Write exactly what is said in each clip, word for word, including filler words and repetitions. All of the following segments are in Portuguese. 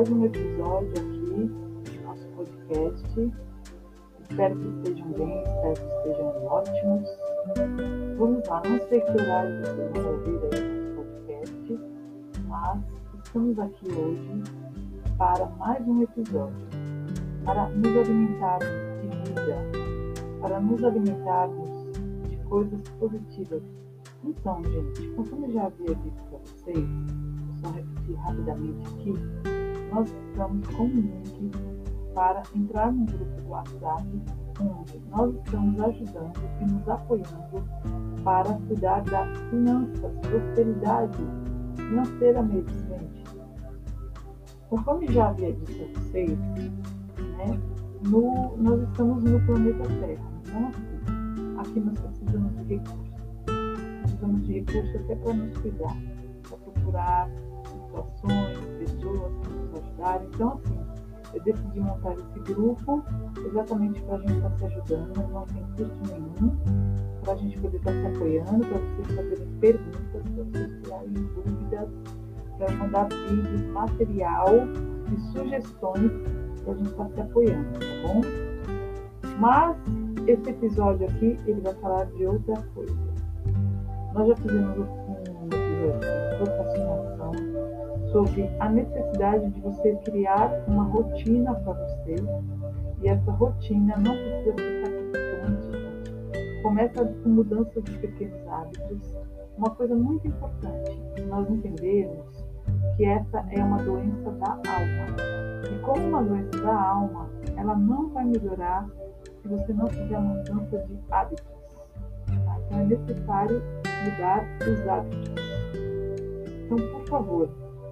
mais um episódio aqui do nosso podcast. Espero que estejam bem, espero que estejam ótimos. Vamos lá, não sei que horário vocês vão ouvir aí o nosso podcast, mas estamos aqui hoje para mais um episódio, para nos alimentarmos de vida, para nos alimentarmos de coisas positivas. Então, gente, conforme eu já havia dito para vocês, vou só repetir rapidamente aqui, nós estamos com um link para entrar no grupo do WhatsApp, onde nós estamos ajudando e nos apoiando para cuidar das finanças, prosperidade financeira mesmo, gente. Conforme já havia dito a vocês, né, no, nós estamos no planeta Terra, então assim, aqui nós precisamos de recursos. Precisamos de recursos até para nos cuidar, para procurar situações, pessoas que nos ajudarem. Então, assim, eu decidi montar esse grupo exatamente para a gente estar se ajudando, não tem custo nenhum, para a gente poder estar se apoiando, para vocês fazerem perguntas, para vocês tirarem dúvidas, para mandar vídeos, material e sugestões para a gente estar se apoiando, tá bom? Mas esse episódio aqui, ele vai falar de outra coisa. Nós já fizemos um episódio de procrastinação sobre a necessidade de você criar uma rotina para você, e essa rotina não precisa ser sacrificante. Começa com mudança de pequenos hábitos. Uma coisa muito importante, nós entendemos que essa é uma doença da alma. E como uma doença da alma, ela não vai melhorar se você não fizer uma mudança de hábitos. Tá? Então é necessário mudar os hábitos. Então, por favor,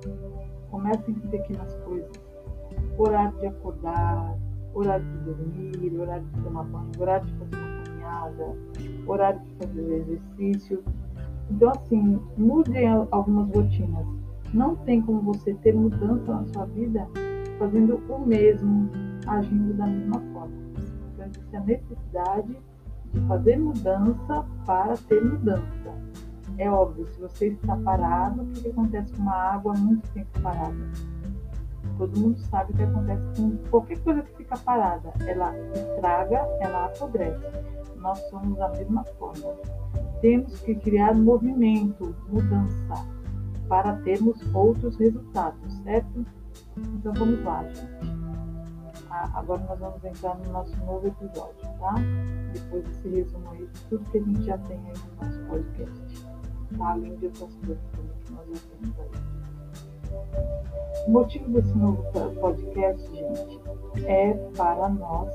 comecem com pequenas coisas. Horário de acordar, horário de dormir, horário de tomar banho, horário de fazer uma caminhada, horário de fazer exercício. Então, assim, mudem algumas rotinas. Não tem como você ter mudança na sua vida fazendo o mesmo, agindo da mesma forma. Então, existe a necessidade de fazer mudança para ter mudança. É óbvio, se você está parado, o que acontece com uma água muito tempo parada? Todo mundo sabe o que acontece com qualquer coisa que fica parada. Ela estraga, ela apodrece. Nós somos da mesma forma. Temos que criar movimento, mudança, para termos outros resultados, certo? Então vamos lá, gente. Agora nós vamos entrar no nosso novo episódio, tá? Depois desse resumo aí de tudo que a gente já tem aí no nosso podcast, tá? Além de outras coisas também que nós já temos aí. O motivo desse novo podcast, gente, é para nós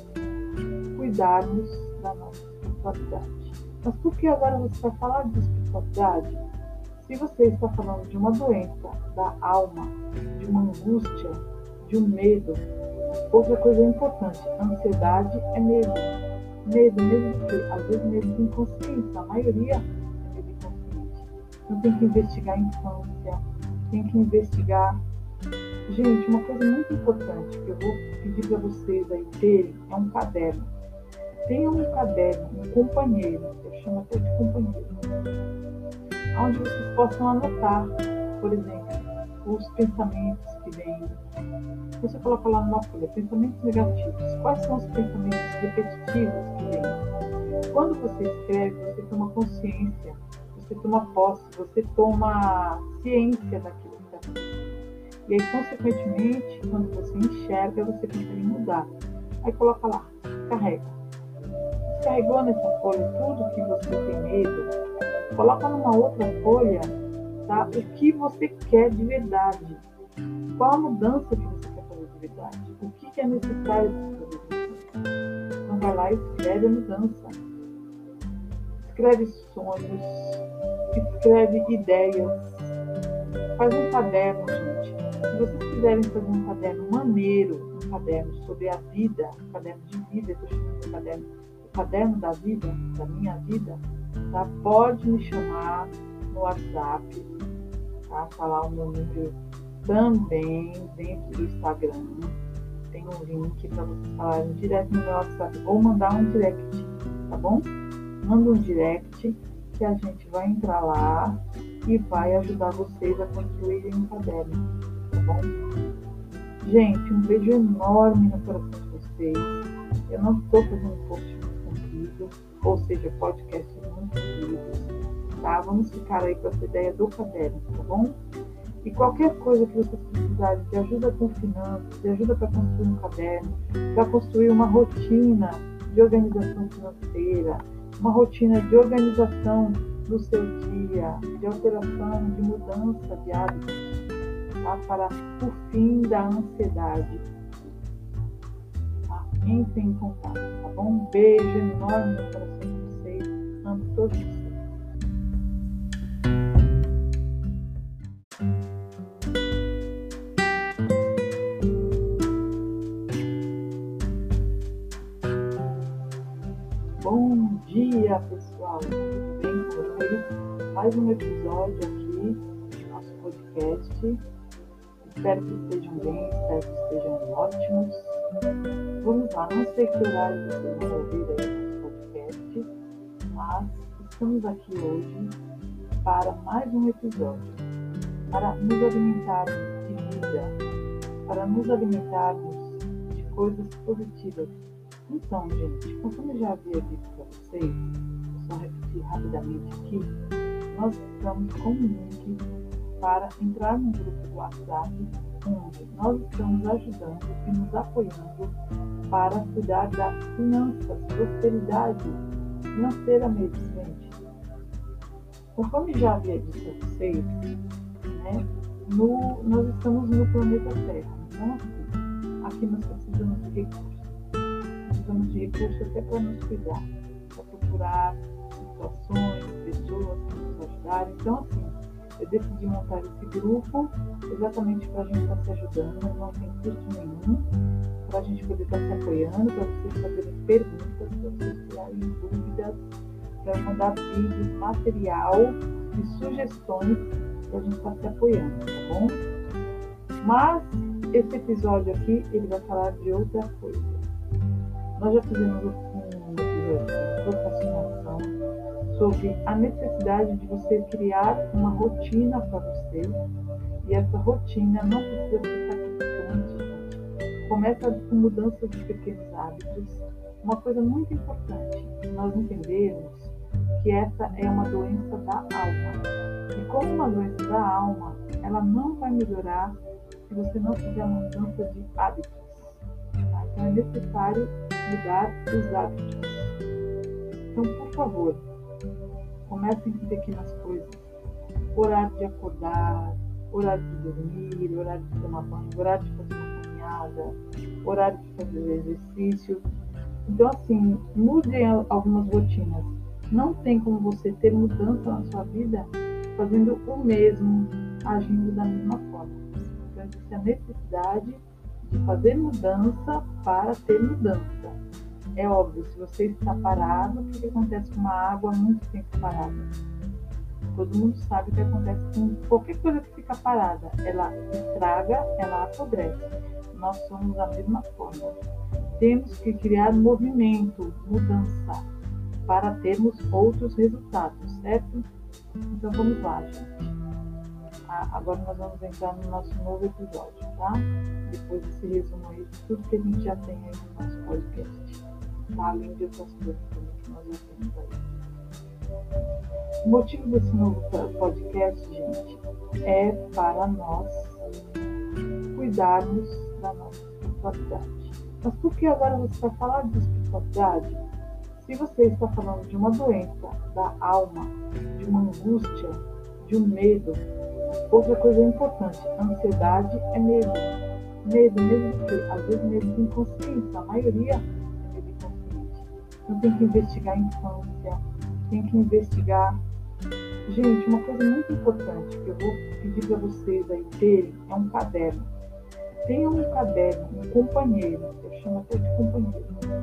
cuidarmos da nossa espiritualidade. Mas por que agora você vai falar de espiritualidade? Se você está falando de uma doença da alma, de uma angústia, de um medo, outra coisa importante, ansiedade é medo. Medo, medo de quê? Às vezes medo de inconsciência, a maioria é medo inconsciente. Então tem que investigar a infância, tem que investigar. Gente, uma coisa muito importante que eu vou pedir para vocês aí terem é um caderno. Tenha um caderno, um companheiro, eu chamo até de companheiro, onde vocês possam anotar, por exemplo, os pensamentos que vêm. Você coloca lá numa folha, pensamentos negativos. Quais são os pensamentos repetitivos que vêm? Quando você escreve, você toma consciência, você toma posse, você toma ciência daquilo que está acontecendo. E aí, consequentemente, quando você enxerga, você consegue mudar. Aí coloca lá, carrega. Descarregou nessa folha tudo que você tem medo, coloca numa outra folha, tá? O que você quer de verdade. Qual a mudança que você quer fazer de verdade? O que, que é necessário para fazer de verdade? Então vai lá e escreve a mudança. Escreve sonhos, escreve ideias. Faz um caderno, gente. Se vocês quiserem fazer um caderno maneiro, um caderno sobre a vida, um caderno de vida, eu estou chamando de caderno, o caderno da vida, da minha vida, tá? Pode me chamar no WhatsApp, tá? Falar o meu número também dentro do Instagram. Tem um link para vocês falarem direto no meu WhatsApp ou mandar um direct, tá bom? Manda um direct que a gente vai entrar lá e vai ajudar vocês a construírem um caderno, tá bom? Gente, um beijo enorme no coração de vocês. Eu não estou fazendo post muito comprido, ou seja, podcast muito compridos, tá? Vamos ficar aí com essa ideia do caderno, tá bom? E qualquer coisa que vocês precisarem de ajuda com finanças, de ajuda para construir um caderno, para construir uma rotina de organização financeira, uma rotina de organização do seu dia, de alteração, de mudança de hábitos, tá? Para o fim da ansiedade. Tá? Entrem em contato, tá bom? Um beijo enorme no coração de vocês. Amo todos vocês. Bom dia, pessoal! Tudo bem com vocês? Mais um episódio aqui do nosso podcast. Espero que estejam bem, espero que estejam ótimos. Vamos lá, não sei que horário vocês vão ouvir aí no nosso podcast, mas estamos aqui hoje para mais um episódio, para nos alimentarmos de vida, para nos alimentarmos de coisas positivas. Então, gente, conforme eu já havia dito para vocês, vou só repetir rapidamente aqui, nós estamos com um link para entrar no grupo do WhatsApp, onde nós estamos ajudando e nos apoiando para cuidar das finanças, prosperidade financeira mesmo, gente. Conforme já havia dito para vocês, né, no, nós estamos no planeta Terra, então assim, aqui nós precisamos de recursos. Precisamos de recursos até para nos cuidar, para procurar situações, pessoas que nos ajudarem. Então, assim, eu decidi montar esse grupo exatamente para a gente estar se ajudando, não tem custo nenhum, para a gente poder estar se apoiando, para vocês fazerem perguntas, para vocês tirarem dúvidas, para mandar vídeos, material e sugestões para a gente estar se apoiando, tá bom? Mas esse episódio aqui, ele vai falar de outra coisa. Nós já fizemos um episódio de procrastinação sobre a necessidade de você criar uma rotina para você, e essa rotina não precisa ser sacrificante. Começa com mudanças de pequenos hábitos. Uma coisa muito importante, nós entendemos que essa é uma doença da alma. E como uma doença da alma, ela não vai melhorar se você não fizer uma mudança de hábitos. Tá? Então é necessário mudar os hábitos. Então, por favor, comecem com pequenas coisas. Horário de acordar, horário de dormir, horário de tomar banho, horário de fazer uma caminhada, horário de fazer exercício. Então, assim, mudem algumas rotinas. Não tem como você ter mudança na sua vida fazendo o mesmo, agindo da mesma forma. Então, existe a necessidade de fazer mudança para ter mudança. É óbvio, se você está parado, o que acontece com uma água muito tempo parada? Todo mundo sabe o que acontece com qualquer coisa que fica parada. Ela estraga, ela apodrece. Nós somos da mesma forma. Temos que criar movimento, mudança, para termos outros resultados, certo? Então vamos lá, gente. Agora nós vamos entrar no nosso novo episódio, tá? Depois desse resumo aí de tudo que a gente já tem aí no nosso podcast, tá? Além de outras coisas também que nós já temos aí. O motivo desse novo podcast, gente, é para nós cuidarmos da nossa espiritualidade. Mas por que agora você vai falar de espiritualidade? Se você está falando de uma doença da alma, de uma angústia, de um medo, outra coisa importante, ansiedade é medo. Medo mesmo que, às vezes, medo de inconsciência, a maioria é medo inconsciente. Então tem que investigar a infância, tem que investigar. Gente, uma coisa muito importante que eu vou pedir para vocês aí terem é um caderno. Tenham um caderno, um companheiro, eu chamo até de companheiro,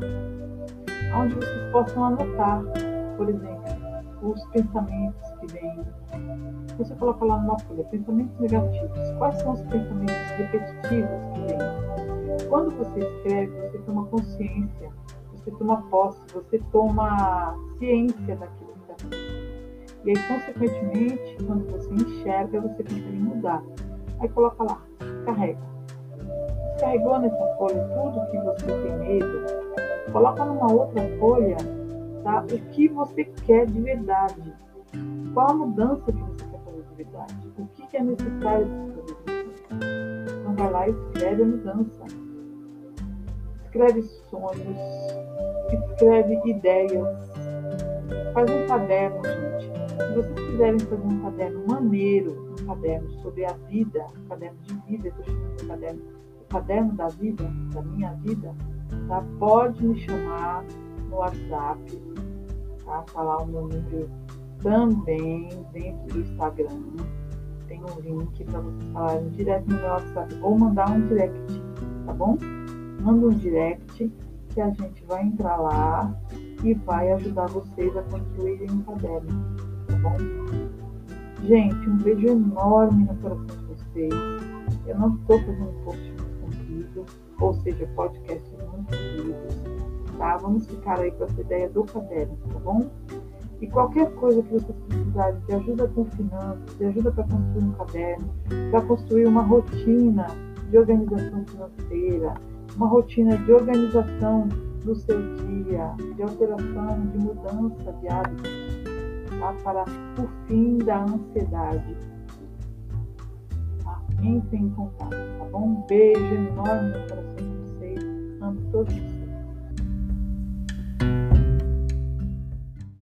onde vocês possam anotar, por exemplo, os pensamentos que vêm. Você coloca lá numa folha, pensamentos negativos. Quais são os pensamentos repetitivos que vêm? Quando você escreve, você toma consciência, você toma posse, você toma ciência daquilo que está acontecendo. E aí, consequentemente, quando você enxerga, você consegue mudar. Aí coloca lá, carrega. descarregou nessa folha tudo que você tem medo, coloca numa outra folha, tá? O que você quer de verdade. Qual a mudança que você quer fazer de verdade? O que, que é necessário para fazer de verdade? Então vai lá e escreve a mudança. Escreve sonhos, escreve ideias. Faz um caderno, gente. Se vocês quiserem fazer um caderno maneiro, um caderno sobre a vida, um caderno de vida, eu estou chamando de caderno, o caderno da vida, da minha vida, tá? Pode me chamar no WhatsApp, tá? Tá lá o meu número também dentro do Instagram. Tem um link para vocês falarem direto no meu WhatsApp ou mandar um direct, tá bom? Manda um direct que a gente vai entrar lá e vai ajudar vocês a construírem um caderno, tá bom? Gente, um beijo enorme no coração de vocês. Eu não estou fazendo post muito comprido, ou seja, podcast muito compridos, tá? Vamos ficar aí com essa ideia do caderno, tá bom? E qualquer coisa que vocês precisarem de ajuda com finanças, de ajuda para construir um caderno, para construir uma rotina de organização financeira, uma rotina de organização do seu dia, de alteração, de mudança de hábitos, tá? Para o fim da ansiedade. Tá? Entre em contato, tá bom? Um beijo enorme no coração de vocês. Amo todos vocês.